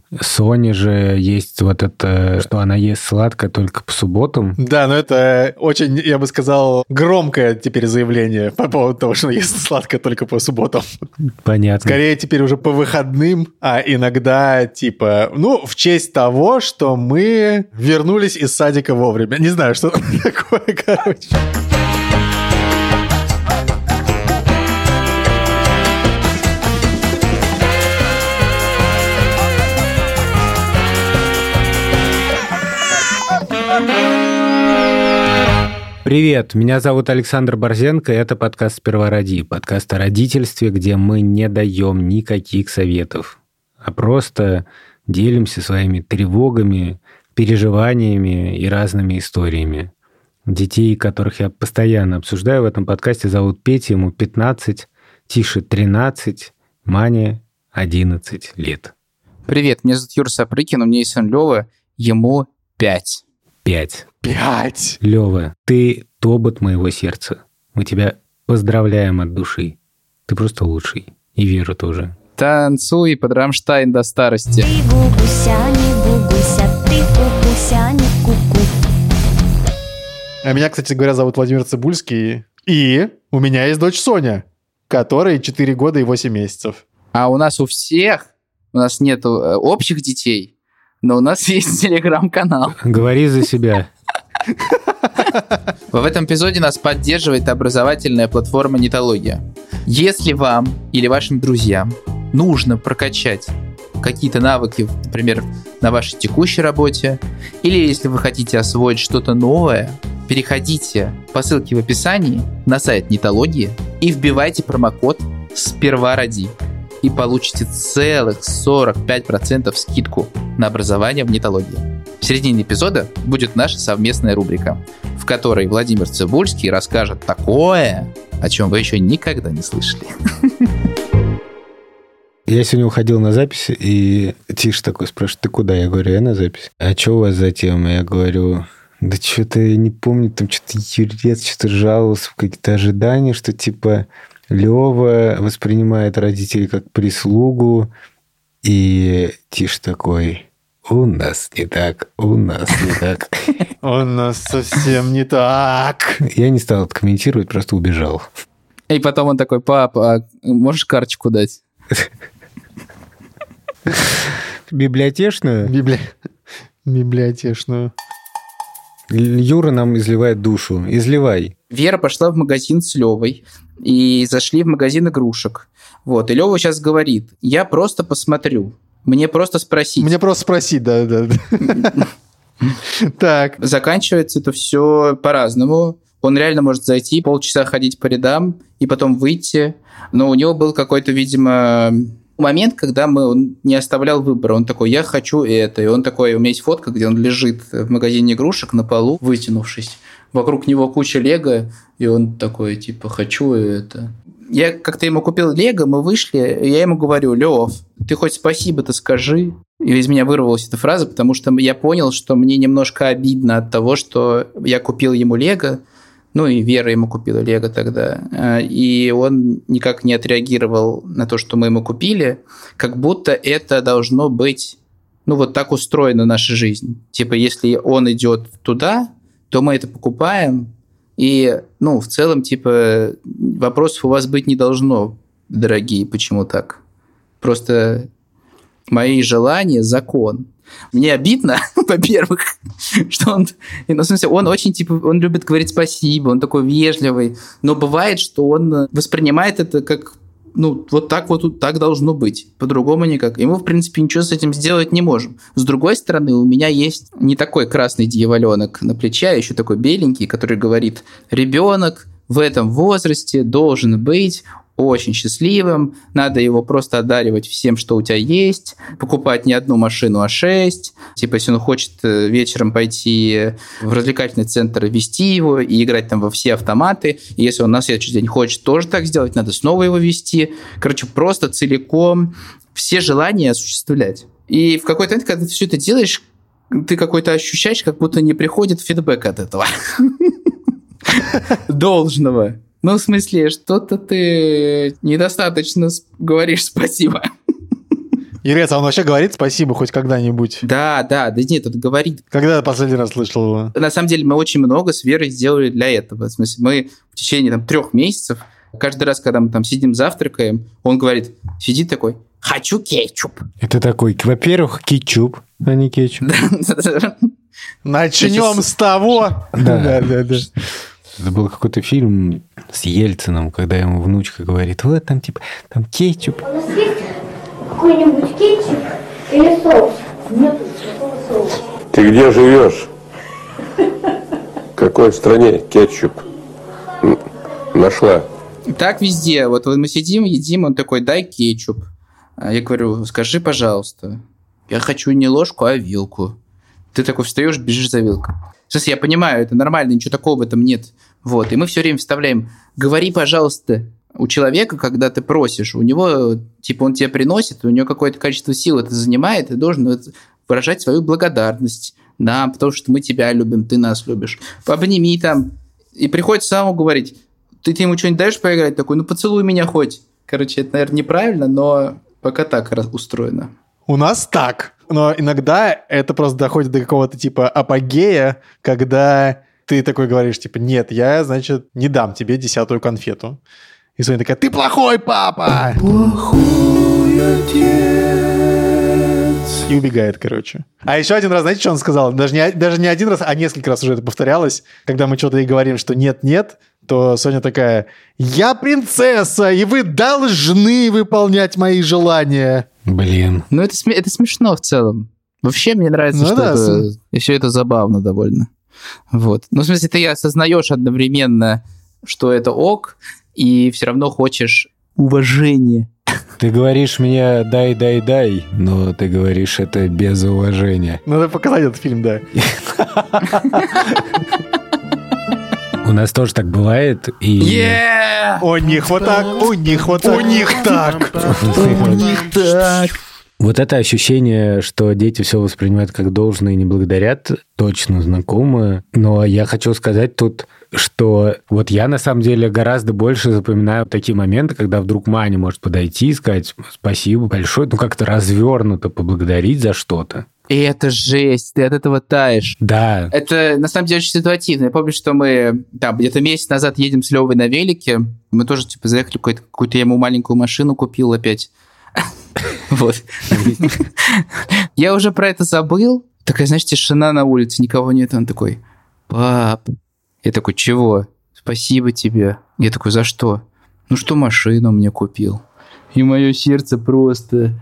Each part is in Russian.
Соня же есть вот это, что она ест сладкое только по субботам. Да, но это очень, я бы сказал, громкое теперь заявление по поводу того, что она ест сладкое только по субботам. Понятно. Скорее теперь уже по выходным, а иногда типа, в честь того, что мы вернулись из садика вовремя. Не знаю, что такое, короче. Привет, меня зовут Александр Борзенко, и это подкаст «Сперва роди», подкаст о родительстве, где мы не даем никаких советов, а просто делимся своими тревогами, переживаниями и разными историями. Детей, которых я постоянно обсуждаю в этом подкасте, зовут Петя, ему 15, Тише 13, Мане 11 лет. Привет, меня зовут Юра Сапрыкин, у меня есть сын Лёва, ему 5. 5. Лёва, ты тобот моего сердца. Мы тебя поздравляем от души. Ты просто лучший. И Веру тоже. Танцуй под Рамштайн до старости. Ты гугуся, не гугуся, ты кукуся, не куку. А меня, кстати говоря, зовут Владимир Цибульский. И у меня есть дочь Соня, которой 4 года и 8 месяцев. А у нас нет общих детей, но у нас есть телеграм-канал. Говори за себя. В этом эпизоде нас поддерживает образовательная платформа Нетология. Если вам или вашим друзьям нужно прокачать какие-то навыки, например, на вашей текущей работе, или если вы хотите освоить что-то новое, переходите по ссылке в описании на сайт Нетологии и вбивайте промокод «Сперва роди» и получите целых 45% скидку на образование в Нетологии. В середине эпизода будет наша совместная рубрика, в которой Владимир Цибульский расскажет такое, о чем вы еще никогда не слышали. Я сегодня уходил на запись, и Тиша такой спрашивает: ты куда? Я говорю: я на запись. А что у вас за тема? Я говорю: да что-то я не помню, там что-то Юрец что-то жаловался в какие-то ожидания, что типа Лёва воспринимает родителей как прислугу, и Тиша такой: у нас не так, у нас не так. У нас совсем не так. Я не стал это комментировать, просто убежал. И потом он такой: папа, а можешь карточку дать? Библиотечную? Библиотечную. Юра нам изливает душу. Изливай. Вера пошла в магазин с Левой, и зашли в магазин игрушек. Вот, и Лева сейчас говорит: я просто посмотрю. Мне просто спросить. Да. Так. Заканчивается это все по-разному. Он реально может зайти, полчаса ходить по рядам и потом выйти. Но у него был какой-то, видимо, момент, когда он не оставлял выбора. Он такой: я хочу это. И он такой: у меня есть фотка, где он лежит в магазине игрушек на полу, вытянувшись. Вокруг него куча лего, и он такой, типа: хочу это. Я как-то ему купил лего, мы вышли, и я ему говорю: Лёв, ты хоть спасибо-то скажи. И из меня вырвалась эта фраза, потому что я понял, что мне немножко обидно от того, что я купил ему лего, и Вера ему купила лего тогда, и он никак не отреагировал на то, что мы ему купили, как будто это должно быть, вот так устроена наша жизнь. Типа, если он идет туда, то мы это покупаем, и, в целом, типа, вопросов у вас быть не должно, дорогие, почему так? Просто мои желания – закон. Мне обидно, во-первых, что он... в смысле, он очень, он любит говорить спасибо, он такой вежливый, но бывает, что он воспринимает это как, вот так должно быть, по-другому никак. И мы, в принципе, ничего с этим сделать не можем. С другой стороны, у меня есть не такой красный дьяволенок на плече, а еще такой беленький, который говорит: ребенок в этом возрасте должен быть очень счастливым, надо его просто одаривать всем, что у тебя есть, покупать не одну машину, а 6. Типа, если он хочет вечером пойти в развлекательный центр, вести его и играть там во все автоматы, и если он на следующий день хочет тоже так сделать, надо снова его вести. Короче, просто целиком все желания осуществлять. И в какой-то момент, когда ты все это делаешь, ты какой-то ощущаешь, как будто не приходит фидбэк от этого. Должного. В смысле, что-то ты недостаточно говоришь спасибо. Ирец, а он вообще говорит спасибо хоть когда-нибудь? Да, нет, он говорит. Когда ты последний раз слышал его? На самом деле мы очень много с Верой сделали для этого. В смысле, мы в течение 3 месяцев, каждый раз, когда мы там сидим завтракаем, он говорит, сидит такой, хочу кетчуп. Это такой, во-первых, кетчуп, а не кетчуп. Начнем с того. Да. Это был какой-то фильм с Ельциным, когда ему внучка говорит, вот там типа, там кетчуп. У нас есть какой-нибудь кетчуп или соус? Нет никакого соуса. Ты где живешь? В какой стране кетчуп? Нашла. Так везде. Вот мы сидим, едим, он такой, дай кетчуп. А я говорю, скажи, пожалуйста, я хочу не ложку, а вилку. Ты такой встаешь, бежишь за вилкой. Сейчас я понимаю, это нормально, ничего такого в этом нет. Вот. И мы все время вставляем, говори, пожалуйста, у человека, когда ты просишь, у него, типа, он тебе приносит, у него какое-то количество сил это занимает, ты должен выражать свою благодарность нам, потому что мы тебя любим, ты нас любишь. Обними там. И приходится самому говорить, ты ему что-нибудь даешь поиграть? Такой, ну поцелуй меня хоть. Короче, это, наверное, неправильно, но пока так устроено. У нас так. Но иногда это просто доходит до какого-то типа апогея, когда ты такой говоришь, типа, нет, я, значит, не дам тебе 10-ю конфету. И Соня такая, ты плохой папа! Плохой отец! И убегает, короче. А еще один раз, знаете, что он сказал? Даже не один раз, а несколько раз уже это повторялось. Когда мы что-то ей говорим, что нет-нет, то Соня такая, я принцесса, и вы должны выполнять мои желания. Блин. Ну, это смешно в целом. Вообще, мне нравится, Ну что да, это... И все это забавно довольно. Вот. Ну, в смысле, ты осознаешь одновременно, что это ок, и все равно хочешь уважения. Ты говоришь мне дай, но ты говоришь это без уважения. Надо показать этот фильм, да. У нас тоже так бывает, и... У них вот так, у них вот так, у них так. У них так. Вот это ощущение, что дети все воспринимают как должное и не благодарят, точно знакомо. Но я хочу сказать тут, что вот я на самом деле гораздо больше запоминаю такие моменты, когда вдруг Маня может подойти и сказать спасибо большое, ну как-то развернуто поблагодарить за что-то. И это жесть, ты от этого таешь. Да. Это, на самом деле, очень ситуативно. Я помню, что мы там где-то месяц назад едем с Левой на велике. Мы тоже, типа, заехали в какую-то я ему маленькую машину купил опять. Вот. Я уже про это забыл. Такая, знаешь, тишина на улице, никого нет. Он такой, пап. Я такой, чего? Спасибо тебе. Я такой, за что? Ну, что машину мне купил. И мое сердце просто...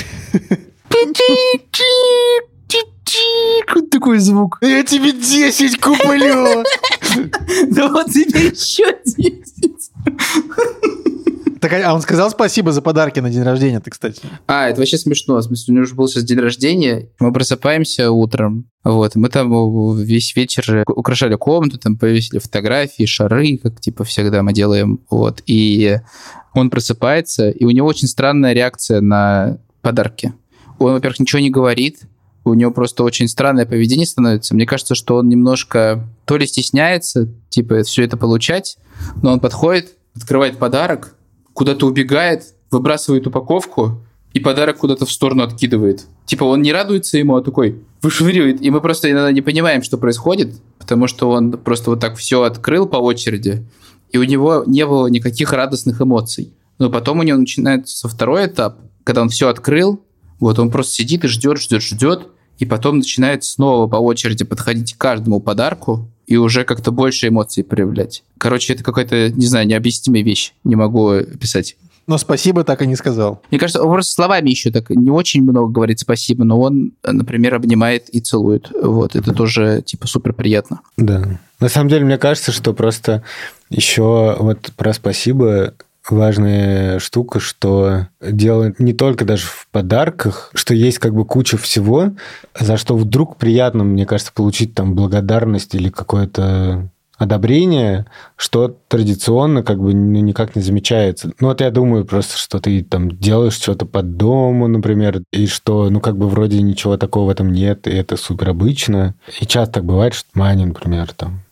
Вот такой звук. Я тебе 10 куплю. Да вот тебе еще 10. Так, а он сказал спасибо за подарки на день рождения, ты, кстати. Это вообще смешно. В смысле, у него уже был сейчас день рождения. Мы просыпаемся утром. Вот, мы там весь вечер украшали комнату, там повесили фотографии, шары, как типа всегда мы делаем. Вот, и он просыпается, и у него очень странная реакция на подарки. Он, во-первых, ничего не говорит, у него просто очень странное поведение становится. Мне кажется, что он немножко то ли стесняется, типа, все это получать, но он подходит, открывает подарок, куда-то убегает, выбрасывает упаковку и подарок куда-то в сторону откидывает. Типа, он не радуется ему, а такой вышвыривает. И мы просто иногда не понимаем, что происходит, потому что он просто вот так все открыл по очереди, и у него не было никаких радостных эмоций. Но потом у него начинается второй этап, когда он все открыл, вот он просто сидит и ждет, и потом начинает снова по очереди подходить к каждому подарку и уже как-то больше эмоций проявлять. Короче, это какая-то, не знаю, необъяснимая вещь. Не могу описать. Но спасибо так и не сказал. Мне кажется, он просто словами еще так не очень много говорит спасибо, но он, например, обнимает и целует. Вот, это тоже, типа, супер приятно. Да. На самом деле, мне кажется, что просто еще вот про спасибо важная штука, что дело не только даже в подарках, что есть как бы куча всего, за что вдруг приятно, мне кажется, получить там благодарность или какое-то одобрение, что традиционно как бы никак не замечается. Ну вот я думаю просто, что ты там делаешь что-то по дому, например, и что, ну как бы вроде ничего такого в этом нет, и это супер обычно. И часто так бывает, что Маня, например, там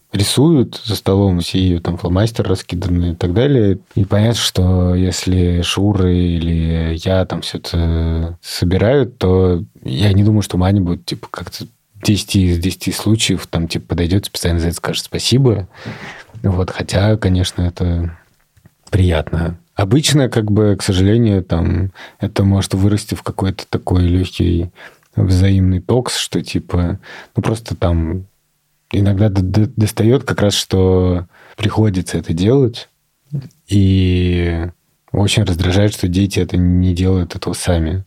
рисуют за столом, все ее там фломастер раскиданы и так далее. И понятно, что если Шура или я там все это собирают, то я не думаю, что Маня будет типа как-то 10 из 10 случаев там типа подойдет специально за это скажет спасибо. Вот, хотя, конечно, это приятно. Обычно, как бы, к сожалению, там это может вырасти в какой-то такой легкий взаимный токс, что типа, ну просто там иногда достает как раз, что приходится это делать, и очень раздражает, что дети это не делают этого сами.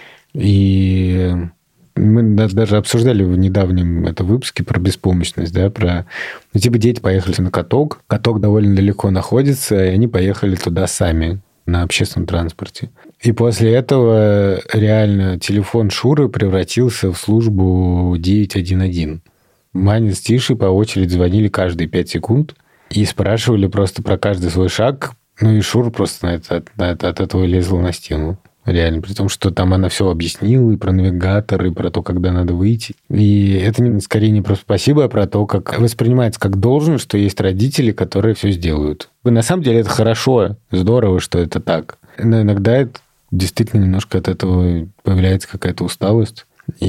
И мы даже обсуждали в недавнем выпуске про беспомощность, да, про... Ну, типа дети поехали на каток, каток довольно далеко находится, и они поехали туда сами на общественном транспорте. И после этого реально телефон Шуры превратился в службу 911. Маня с Тишей по очереди звонили каждые 5 секунд и спрашивали просто про каждый свой шаг. Ну и Шура просто от этого лезла на стену. Реально, при том, что там она все объяснила и про навигатор, и про то, когда надо выйти. И это скорее не про спасибо, а про то, как воспринимается как должно, что есть родители, которые все сделают. И на самом деле это хорошо, здорово, что это так. Но иногда это действительно немножко от этого появляется какая-то усталость.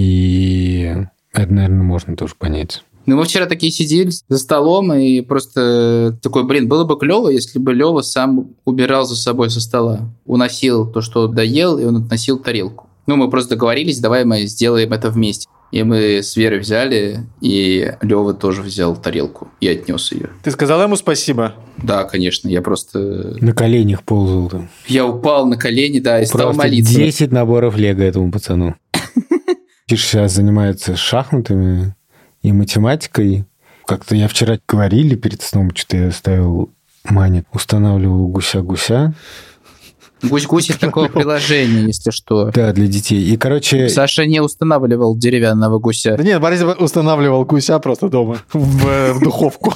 И это, наверное, можно тоже понять. Ну, мы вчера такие сидели за столом, и просто такой, было бы клево, если бы Лёва сам убирал за собой со стола. Уносил то, что доел, и он относил тарелку. Ну, мы просто договорились, давай мы сделаем это вместе. И мы с Верой взяли, и Лёва тоже взял тарелку и отнес ее. Ты сказал ему спасибо? Да, конечно, я просто... На коленях ползал там. Я упал на колени, да, и просто стал молиться. 10 наборов лего этому пацану. Тиша сейчас занимается шахматами и математикой. Как-то я вчера говорили перед сном, что-то я ставил Мане, устанавливал гуся-гуся. Гусь-гусь — это такое приложение, если что. Да, для детей. И, короче... Саша не устанавливал деревянного гуся. Да нет, Борис устанавливал гуся просто дома в духовку.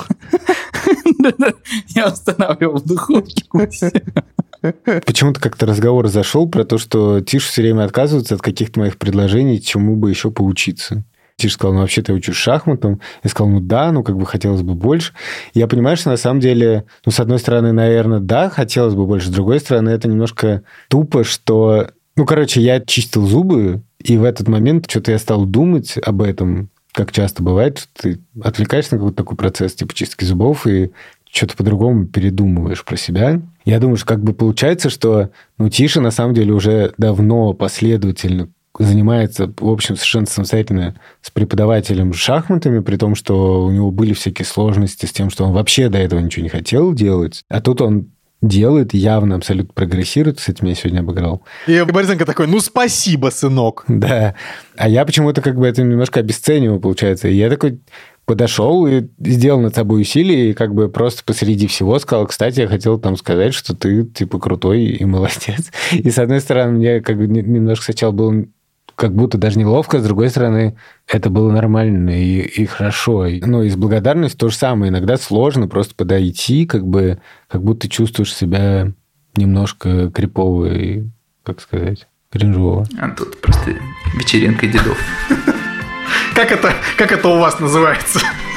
Я устанавливал в духовке гуся. Почему-то как-то разговор зашел про то, что Тиша все время отказывается от каких-то моих предложений, чему бы еще поучиться. Тиша сказал, ну, вообще-то я учусь шахматам. Я сказал, ну, да, ну, как бы хотелось бы больше. И я понимаю, что на самом деле, ну, с одной стороны, наверное, да, хотелось бы больше. С другой стороны, это немножко тупо, что... Ну, короче, я чистил зубы, и в этот момент что-то я стал думать об этом, как часто бывает, что ты отвлекаешься на какой-то такой процесс, типа чистки зубов, и что-то по-другому передумываешь про себя. Я думаю, что как бы получается, что ну, Тиша на самом деле уже давно последовательно занимается, в общем, совершенно самостоятельно с преподавателем шахматами, при том, что у него были всякие сложности с тем, что он вообще до этого ничего не хотел делать. А тут он делает, явно абсолютно прогрессирует. С этим я сегодня обыграл. И Борисенко такой, ну, спасибо, сынок. Да. А я почему-то как бы это немножко обесцениваю, получается. И я такой подошел и сделал над собой усилие, и как бы просто посреди всего сказал, кстати, я хотел там сказать, что ты, типа, крутой и молодец. И, с одной стороны, мне как бы немножко сначала было как будто даже неловко, с другой стороны, это было нормально и хорошо. Ну, и с благодарностью то же самое. Иногда сложно просто подойти, как будто чувствуешь себя немножко крипово и, как сказать, кринжово. А тут просто вечеринка дедов. Как это у вас называется?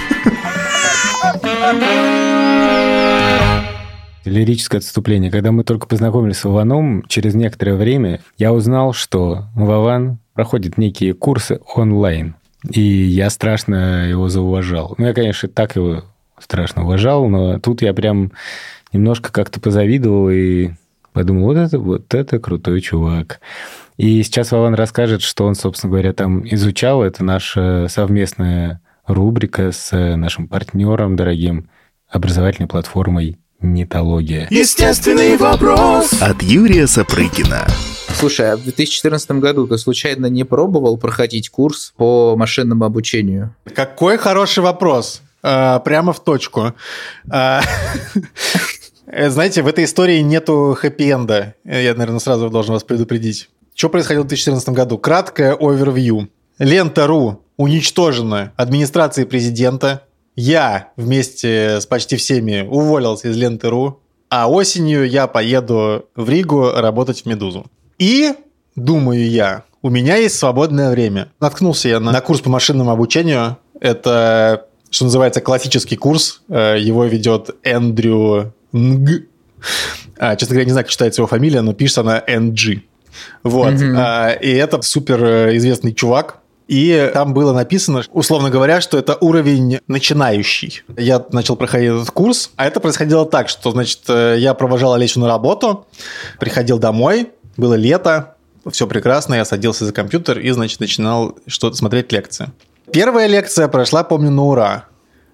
Лирическое отступление. Когда мы только познакомились с Вованом, через некоторое время я узнал, что Вован проходит некие курсы онлайн. И я страшно его зауважал. Ну, я, конечно, так его страшно уважал, но тут я прям немножко как-то позавидовал и подумал, вот это крутой чувак. И сейчас Вован расскажет, что он, собственно говоря, там изучал. Это наша совместная рубрика с нашим партнером дорогим, образовательной платформой «Нетология». Естественный вопрос от Юрия Сапрыкина. Слушай, а в 2014 году ты случайно не пробовал проходить курс по машинному обучению? Какой хороший вопрос. Прямо в точку. Знаете, в этой истории нету хэппи-энда. Я, наверное, сразу должен вас предупредить. Что происходило в 2014 году? Краткое овервью. Лента.ру уничтожена администрацией президента. Я вместе с почти всеми уволился из Ленты.ру, а осенью я поеду в Ригу работать в «Медузу». И, думаю я, у меня есть свободное время. Наткнулся я на курс по машинному обучению. Это что называется, классический курс. Его ведет Эндрю Нг. Честно говоря, не знаю, как читается его фамилия, но пишется она NG. Вот. И это супер известный чувак. И там было написано, условно говоря, что это уровень начинающий. Я начал проходить этот курс, а это происходило так, что, значит, я провожал Олесю на работу, приходил домой, было лето, все прекрасно, я садился за компьютер и, значит, начинал что-то смотреть лекции. Первая лекция прошла, помню, на ура.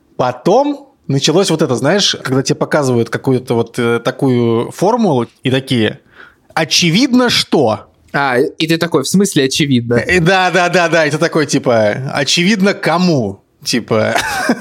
Потом началось вот это, знаешь, когда тебе показывают какую-то вот такую формулу и такие, очевидно, что... И ты такой, в смысле очевидно? Да, и ты такой, типа, очевидно кому? Типа,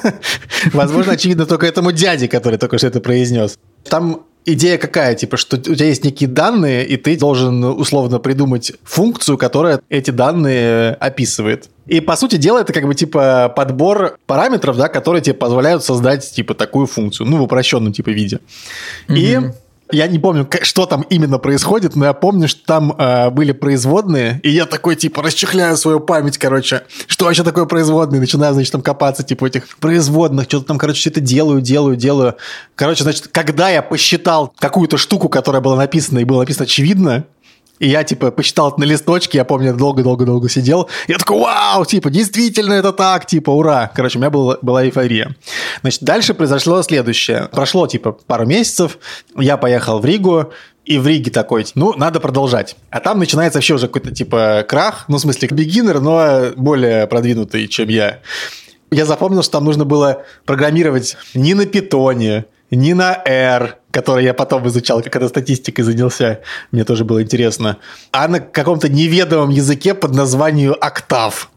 возможно, очевидно только этому дяде, который только что это произнес. Там идея какая? Типа, что у тебя есть некие данные, и ты должен условно придумать функцию, которая эти данные описывает. И, по сути дела, это как бы, типа, подбор параметров, да, которые тебе позволяют создать, типа, такую функцию, ну, в упрощенном, типа, виде. И... Я не помню, что там именно происходит, но я помню, что там были производные, и я такой, типа, расчехляю свою память, короче, что вообще такое производные, начинаю, значит, там копаться, типа, в этих производных, что-то там, короче, все это делаю. Короче, значит, когда я посчитал какую-то штуку, которая была написана, и было написано очевидно, и я, типа, посчитал это на листочке, я помню, долго-долго сидел. Я такой, вау, типа, действительно это так, типа, ура. Короче, у меня была эйфория. Значит, дальше произошло следующее. Прошло, типа, пару месяцев, я поехал в Ригу, и в Риге такой, ну, надо продолжать. А там начинается вообще уже какой-то, типа, крах, ну, в смысле, бигинер, но более продвинутый, чем я. Я запомнил, что там нужно было программировать не на питоне, не на R, который я потом изучал, когда статистикой занялся, мне тоже было интересно, а на каком-то неведомом языке под названием октав.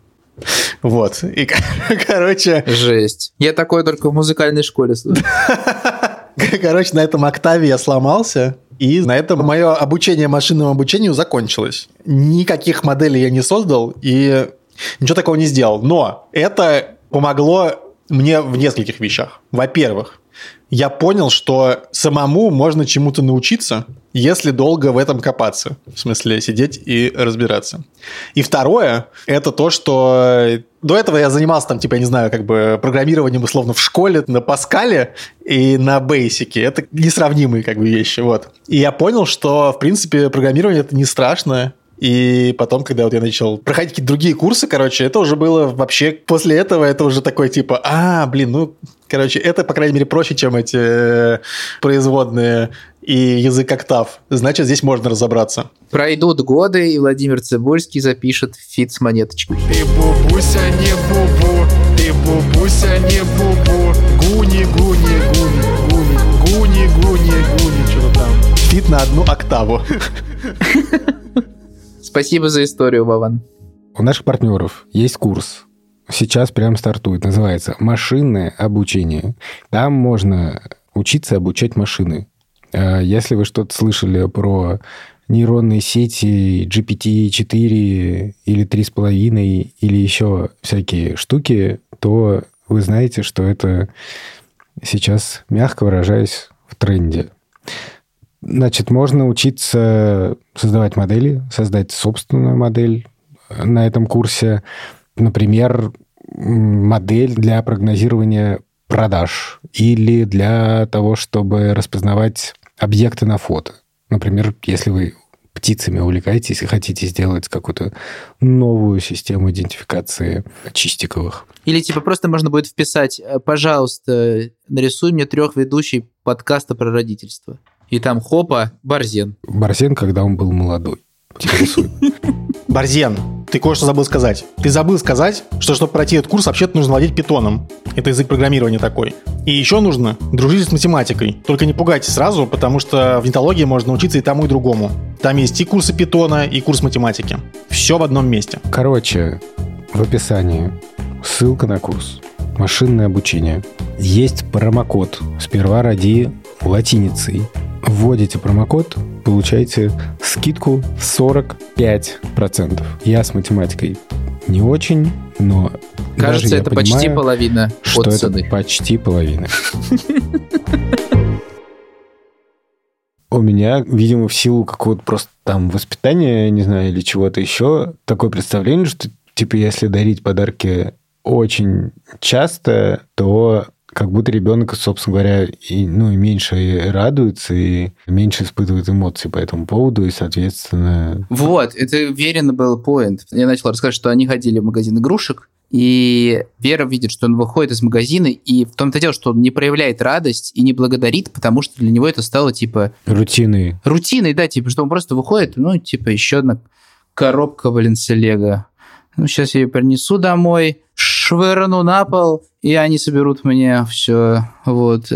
Вот. И, короче... Жесть. Я такое только в музыкальной школе слышал. Короче, на этом октаве я сломался, и на этом мое обучение машинному обучению закончилось. Никаких моделей я не создал, и ничего такого не сделал. Но это помогло мне в нескольких вещах. Во-первых, я понял, что самому можно чему-то научиться, если долго в этом копаться. В смысле, сидеть и разбираться. И второе, это то, что до этого я занимался там, типа, я не знаю, как бы программированием условно в школе на Паскале и на Бейсике. Это несравнимые как бы вещи, вот. И я понял, что, в принципе, программирование это не страшно. И потом, когда вот я начал проходить какие-то другие курсы, короче, это уже было вообще... После этого это уже такой типа, короче, это, по крайней мере, проще, чем эти производные и язык октав. Значит, здесь можно разобраться. Пройдут годы, и Владимир Цибульский запишет фит с Монеточкой. Ты бубуся, не бубу, ты бубуся, не бубу, гуни, что-то там. Фит на одну октаву. Спасибо за историю, Вован. У наших партнеров есть курс. Сейчас прям стартует. Называется «Машинное обучение». Там можно учиться обучать машины. Если вы что-то слышали про нейронные сети, GPT-4 или 3,5 или еще всякие штуки, то вы знаете, что это сейчас, мягко выражаясь, в тренде. Значит, можно учиться создавать модели, создать собственную модель на этом курсе. Например, модель для прогнозирования продаж или для того, чтобы распознавать объекты на фото. Например, если вы птицами увлекаетесь и хотите сделать какую-то новую систему идентификации чистиковых. Или типа просто можно будет вписать, пожалуйста, нарисуй мне 3 ведущих подкаста про родительство. И там хопа, Борзен. Борзен, когда он был молодой. Типа рисуй. Борзен, ты кое-что забыл сказать. Ты забыл сказать, что чтобы пройти этот курс, вообще-то нужно владеть питоном. Это язык программирования такой. И еще нужно дружить с математикой. Только не пугайтесь сразу, потому что в нетологии можно учиться и тому, и другому. Там есть и курсы питона, и курс математики. Все в одном месте. Короче, в описании ссылка на курс «Машинное обучение». Есть промокод «Сперва ради» латиницей. Вводите промокод, получаете скидку в 45%. Я с математикой не очень, но кажется, это понимаю, почти половина что от цены. Это почти половина. У меня, видимо, в силу какого-то просто там воспитания, не знаю, или чего-то еще, такое представление, что, типа, если дарить подарки очень часто, то как будто ребенок, собственно говоря, и меньше радуется, и меньше испытывает эмоций по этому поводу, и, соответственно... Вот, это Верин был поинт. Я начал рассказывать, что они ходили в магазин игрушек, и Вера видит, что он выходит из магазина, и в том-то дело, что он не проявляет радость и не благодарит, потому что для него это стало, типа... Рутиной, да, что он просто выходит, еще одна коробка, с лего. Сейчас я ее принесу домой, швырну на пол, и они соберут мне все. Вот.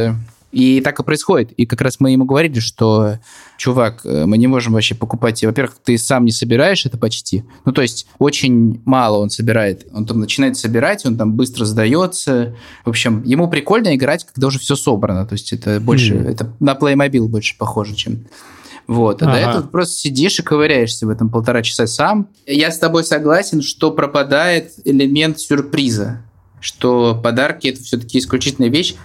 И так и происходит. И как раз мы ему говорили, что, чувак, мы не можем вообще покупать. Во-первых, ты сам не собираешь это почти. То есть очень мало он собирает. Он там начинает собирать, он там быстро сдается. В общем, ему прикольно играть, когда уже все собрано. То есть это больше, это на Playmobil больше похоже, чем... Вот, а до этого ты просто сидишь и ковыряешься в этом 1,5 часа сам. Я с тобой согласен, что пропадает элемент сюрприза, что подарки – это все-таки исключительная вещь.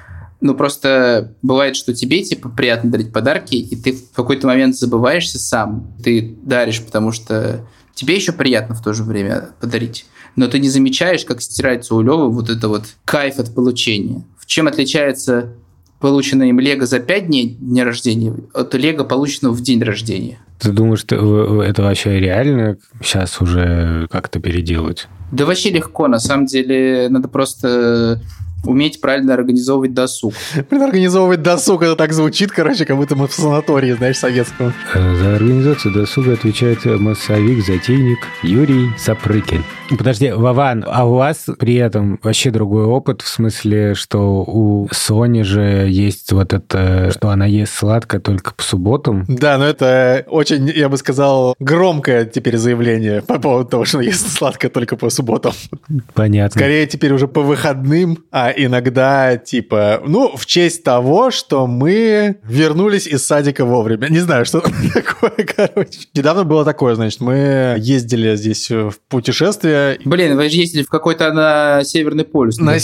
Просто бывает, что тебе, приятно дарить подарки, и ты в какой-то момент забываешься сам. Ты даришь, потому что тебе еще приятно в то же время подарить. Но ты не замечаешь, как стирается у Лёвы вот это вот кайф от получения. В чем отличается... полученное им лего за 5 дней дня рождения от лего, полученного в день рождения. Ты думаешь, что это вообще реально сейчас уже как-то переделать? Да вообще легко. На самом деле надо просто уметь правильно организовывать досуг. Организовывать досуг, это так звучит, как будто мы в санатории, советском. За организацию досуга отвечает массовик-затейник Юрий Сапрыкин. Подожди, Вован, а у вас при этом вообще другой опыт, в смысле, что у Сони же есть вот это, что она ест сладкое только по субботам? Да, но это очень, я бы сказал, громкое теперь заявление по поводу того, что она ест сладкое только по субботам. Понятно. Скорее теперь уже по выходным, а иногда в честь того, что мы вернулись из садика вовремя. Не знаю, что такое, короче. Недавно было такое, мы ездили здесь в путешествие. Блин, вы же ездили в какой-то на Северный полюс. На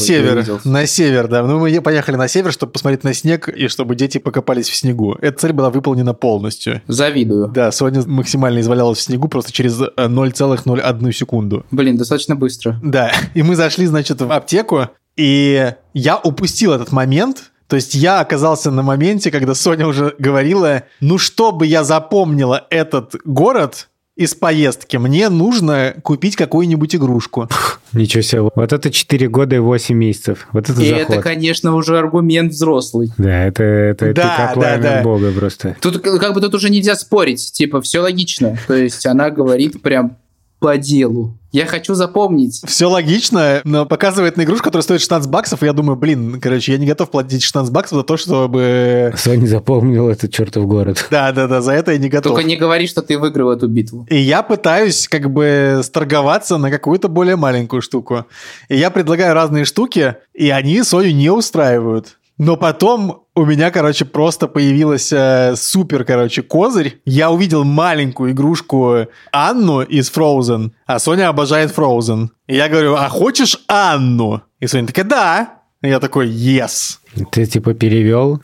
север, да. Мы поехали на север, чтобы посмотреть на снег и чтобы дети покопались в снегу. Эта цель была выполнена полностью. Завидую. Да, Соня максимально извалялась в снегу просто через 0,01 секунду. Блин, достаточно быстро. Да, и мы зашли, в аптеку, и я упустил этот момент. То есть я оказался на моменте, когда Соня уже говорила, чтобы я запомнила этот город... из поездки, мне нужно купить какую-нибудь игрушку. Ничего себе. Вот это 4 года и 8 месяцев. Вот это и заход. Это, конечно, уже аргумент взрослый. Да, это пламя Бога просто. Тут тут уже нельзя спорить. все логично. То есть она говорит прям по делу. Я хочу запомнить. Все логично, но показывает на игрушку, которая стоит $16, и я думаю, я не готов платить $16 за то, чтобы... Соня запомнил этот чертов город. Да, за это я не готов. Только не говори, что ты выиграл эту битву. И я пытаюсь сторговаться на какую-то более маленькую штуку. И я предлагаю разные штуки, и они Соню не устраивают. Но потом у меня, просто появился супер, козырь. Я увидел маленькую игрушку Анну из Frozen, а Соня обожает Frozen. И я говорю, а хочешь Анну? И Соня такая, да. И я такой, yes. Ты перевел?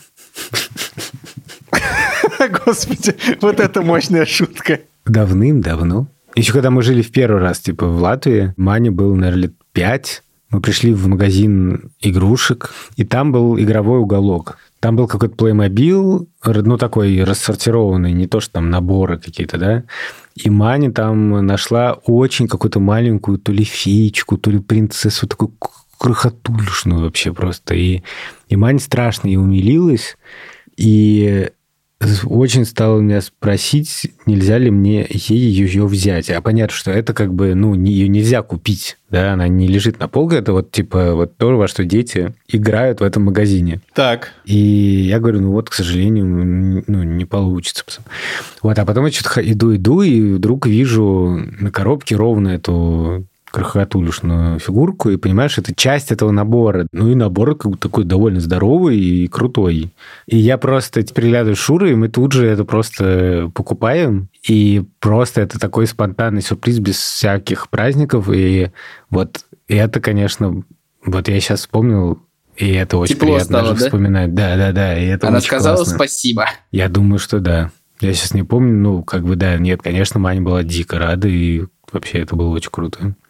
Господи, вот это мощная шутка. Давным-давно. Еще когда мы жили в первый раз, в Латвии, Мане было, наверное, лет 5. Мы пришли в магазин игрушек, и там был игровой уголок. Там был какой-то Playmobil, такой рассортированный, не то, что там наборы какие-то, да. И Маня там нашла очень какую-то маленькую то ли феечку, то ли принцессу, такую крохотулюшную вообще просто. И Маня страшно ей умилилась, и очень стала меня спросить, нельзя ли мне ее взять. А понятно, что это ее нельзя купить, да, она не лежит на полке, это то, во что дети играют в этом магазине. Так. И я говорю, к сожалению, не получится. А потом я что-то иду, и вдруг вижу на коробке ровно эту крохотулюшную фигурку, и понимаешь, это часть этого набора. И набор такой довольно здоровый и крутой. И я просто приглядываю с Шурой, и мы тут же это просто покупаем, и просто это такой спонтанный сюрприз без всяких праздников, и это, конечно, я сейчас вспомнил, и это очень тепло приятно стало, даже вспоминать. Да, и это она очень сказала классно. Спасибо. Я думаю, что да. Я сейчас не помню, нет, конечно, Маня была дико рада, и вообще это было очень круто.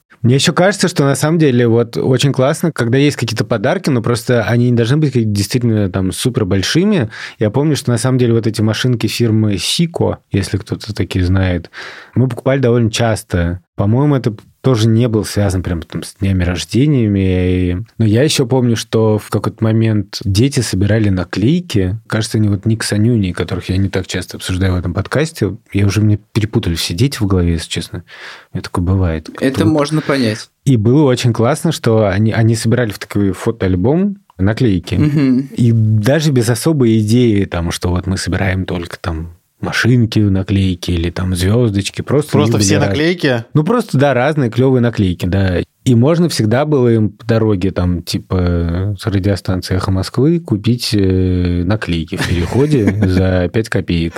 Мне еще кажется, что на самом деле вот очень классно, когда есть какие-то подарки, но просто они не должны быть действительно там супер большими. Я помню, что на самом деле вот эти машинки фирмы Сико, если кто-то такие знает, мы покупали довольно часто. По-моему, это тоже не был связан прям там с днями рождениями. Но я еще помню, что в какой-то момент дети собирали наклейки. Кажется, они вот Ник Санюни, которых я не так часто обсуждаю в этом подкасте. Мне перепутали все дети в голове, если честно. Мне такое бывает. Это можно понять. И было очень классно, что они собирали в такой фотоальбом наклейки. Угу. И даже без особой идеи, там, что вот мы собираем только там машинки, наклейки или там звездочки. Просто все наклейки? Ну, просто, да, разные клевые наклейки, да. И можно всегда было им по дороге, там, типа, с радиостанции «Эхо Москвы» купить наклейки в переходе за 5 копеек.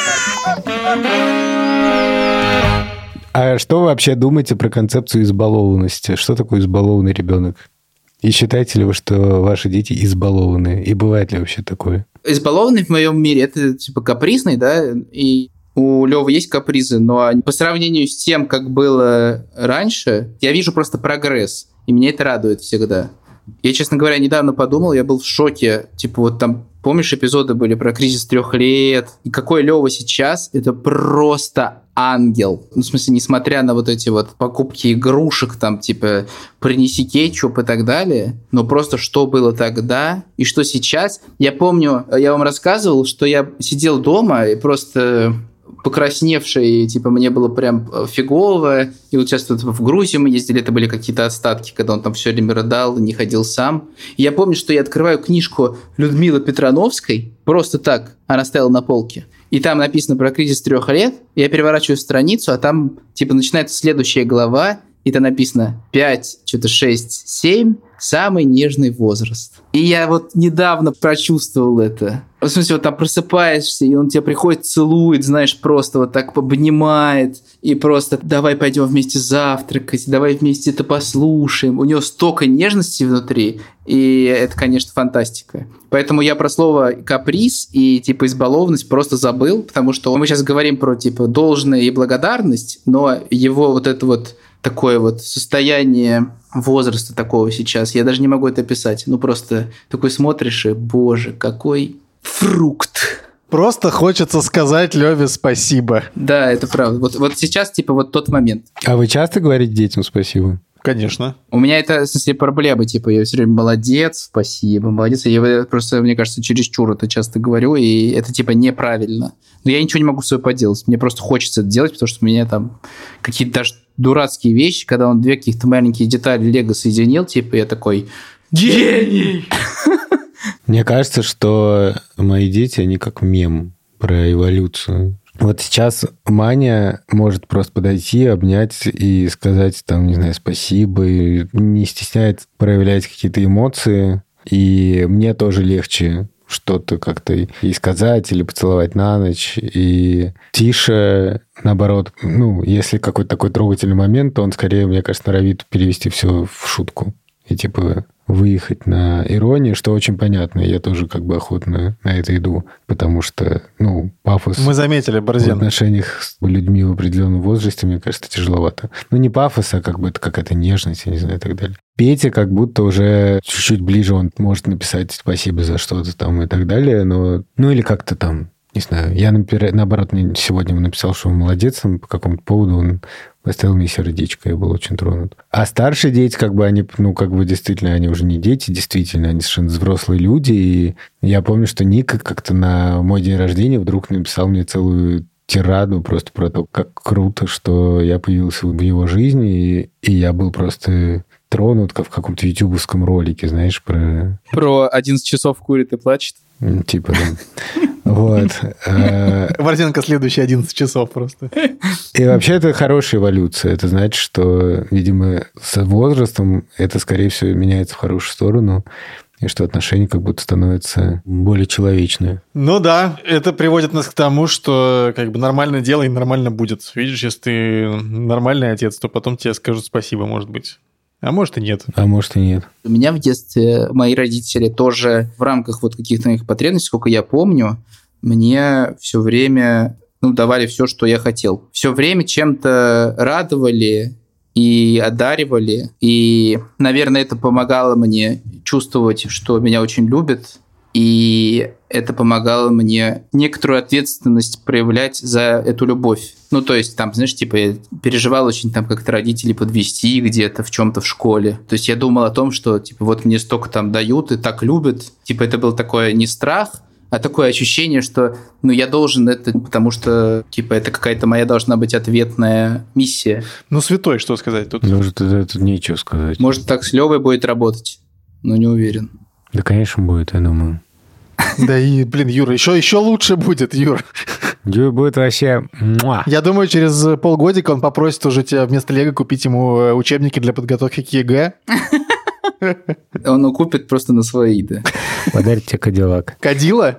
А что вы вообще думаете про концепцию избалованности? Что такое избалованный ребенок? И считаете ли вы, что ваши дети избалованы? И бывает ли вообще такое? Избалованный в моем мире это типа капризный, да, и у Лёвы есть капризы, но по сравнению с тем, как было раньше, я вижу просто прогресс, и меня это радует всегда. Я, честно говоря, недавно подумал, я был в шоке. Типа вот там, помнишь, эпизоды были про кризис 3 лет? И какой Лёва сейчас, это просто ангел. Ну, в смысле, несмотря на вот эти вот покупки игрушек, там, типа, принеси кетчуп и так далее, но просто что было тогда и что сейчас. Я помню, я вам рассказывал, что я сидел дома и просто покрасневший, типа, мне было прям фигово. И вот сейчас в Грузию мы ездили, это были какие-то остатки, когда он там все время рыдал, не ходил сам. И я помню, что я открываю книжку Людмилы Петрановской, просто так, она стояла на полке. И там написано про кризис 3 лет. Я переворачиваю страницу, а там, типа, начинается следующая глава, и там написано 5, что-то 6, 7, самый нежный возраст. И я вот недавно прочувствовал это. В смысле, вот там просыпаешься, и он тебя приходит, целует, знаешь, просто вот так обнимает, и просто давай пойдем вместе завтракать, давай вместе это послушаем. У него столько нежности внутри, и это, конечно, фантастика. Поэтому я про слово каприз и типа избалованность просто забыл, потому что мы сейчас говорим про типа должное и благодарность, но его вот это вот такое вот состояние возраста такого сейчас, я даже не могу это описать. Ну, просто такой смотришь, и, боже, какой фрукт. Просто хочется сказать Лёве спасибо. Да, это правда. Вот сейчас, типа, вот тот момент. А вы часто говорите детям спасибо? Конечно. У меня это, в смысле, проблема, типа, я все время молодец, спасибо, молодец. Я просто, мне кажется, чересчур это часто говорю, и это, типа, неправильно. Но я ничего не могу с собой поделать. Мне просто хочется это делать, потому что у меня там какие-то даже дурацкие вещи, когда он 2 каких-то маленькие детали Лего соединил, типа, я такой гений! Мне кажется, что мои дети, они как мем про эволюцию. Вот сейчас Маня может просто подойти, обнять и сказать, там, не знаю, спасибо, и не стесняется проявлять какие-то эмоции. И мне тоже легче что-то как-то и сказать, или поцеловать на ночь. И Тише, наоборот, ну, если какой-то такой трогательный момент, то он скорее, мне кажется, норовит перевести все в шутку. И типа выехать на иронию, что очень понятно. Я тоже как бы охотно на это иду, потому что, ну, пафос... Мы заметили, Борзен. В отношениях с людьми в определенном возрасте, мне кажется, тяжеловато. Ну, не пафос, а как бы это какая-то нежность, я не знаю, и так далее. Петя как будто уже чуть-чуть ближе, он может написать спасибо за что-то там и так далее, но... Ну, или как-то там, не знаю. Я, наоборот, мне сегодня написал, что он молодец, по какому-то поводу он поставил мне сердечко, я был очень тронут. А старшие дети, как бы они, ну, как бы действительно, они уже не дети, действительно, они совершенно взрослые люди. И я помню, что Ника как-то на мой день рождения вдруг написал мне целую тираду просто про то, как круто, что я появился в его жизни, и я был просто тронут, как в каком-то ютубовском ролике, знаешь, про... Про 11 часов курит и плачет. Типа, да. Вот. Борзенко следующие 11 часов просто. И вообще это хорошая эволюция. Это значит, что, видимо, с возрастом это, скорее всего, меняется в хорошую сторону, и что отношения как будто становятся более человечные. Ну да, это приводит нас к тому, что как бы нормально делай, нормально будет. Видишь, если ты нормальный отец, то потом тебе скажут спасибо, может быть. А может и нет. А может и нет. У меня в детстве мои родители тоже в рамках вот каких-то моих потребностей, сколько я помню, мне все время давали все, что я хотел. Все время чем-то радовали и одаривали. И, наверное, это помогало мне чувствовать, что меня очень любят. И это помогало мне некоторую ответственность проявлять за эту любовь. Ну, то есть, там, знаешь, типа, я переживал очень там как-то родителей подвести где-то в чем-то в школе. То есть я думал о том, что, типа, вот мне столько там дают и так любят. Типа, это был такой не страх, а такое ощущение, что, ну, я должен это, потому что, типа, это какая-то моя должна быть ответная миссия. Ну, святой, что сказать тут? Ну, тут нечего сказать. Может, так с Левой будет работать, но не уверен. Да, конечно, будет, я думаю. Да и, блин, Юра, еще лучше будет, Юр. Юра будет вообще... Я думаю, через полгодика он попросит уже тебя вместо Лего купить ему учебники для подготовки к ЕГЭ. Он купит просто на свои, да. Подарит тебе Кадиллак. Кадила?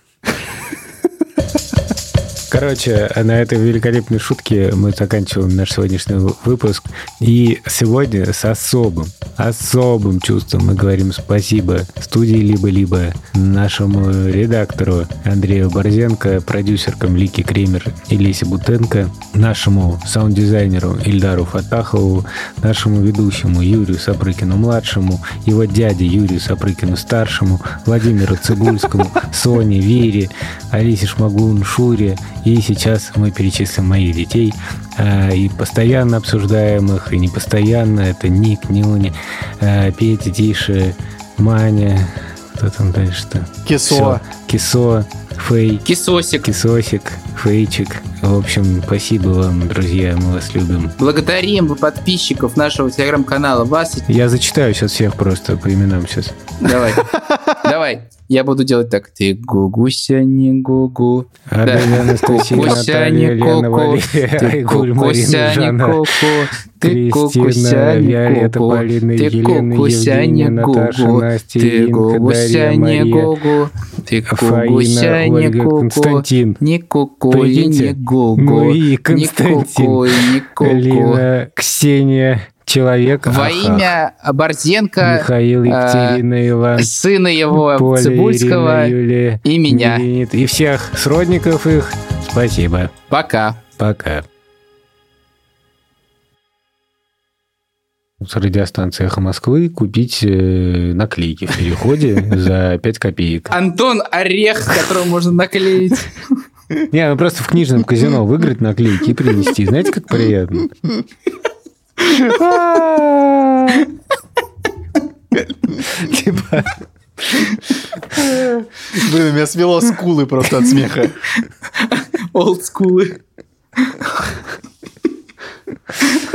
Короче, на этой великолепной шутке мы заканчиваем наш сегодняшний выпуск. И сегодня с особым чувством мы говорим спасибо студии «Либо-либо», нашему редактору Андрею Борзенко, продюсеркам Лике Кремер и Лесе Бутенко, нашему саунд-дизайнеру Ильдару Фатахову, нашему ведущему Юрию Сапрыкину-младшему, его дяде Юрию Сапрыкину-старшему, Владимиру Цибульскому, Соне, Вере, Алисе Шмагун-Шуре. И сейчас мы перечислим моих детей, и постоянно обсуждаемых, и непостоянно. Это Ник, Нюни, Петя, Тиша, Маня. Кто там дальше-то? Кисо. Кисо, Фей. Кисосик. Фейчик. В общем, спасибо вам, друзья, мы вас любим. Благодарим подписчиков нашего телеграм-канала. Вас... Я зачитаю сейчас всех просто по именам сейчас. Давай. Я буду делать так. Ты гугуся, не гугу. Аделя, Анастасия, Наталья, Лена, Валерия, Айгуль, Марина, Жанна, Кристина, Виолетта, Полина, Елена, Евгения, Наташа, Настя, Инка, Дарья, Мария, Фаина, Ольга, Константин. Не куку, не гугу. Ну и Константин, Лина, Ксения, Человек. Во имя Борзенко, Михаил, Екатерина, Иван, сына его, Поля, Цибульского, Ирина, Юлия, и меня. И всех сродников их. Спасибо. Пока. С радиостанции «Эхо Москвы» купить наклейки в переходе за 5 копеек. Антон Орех, которого можно наклеить. Не, ну просто в книжном казино выиграть наклейки и принести. Знаете, как приятно? Типа... Блин, у меня свело скулы просто от смеха. Олдскулы.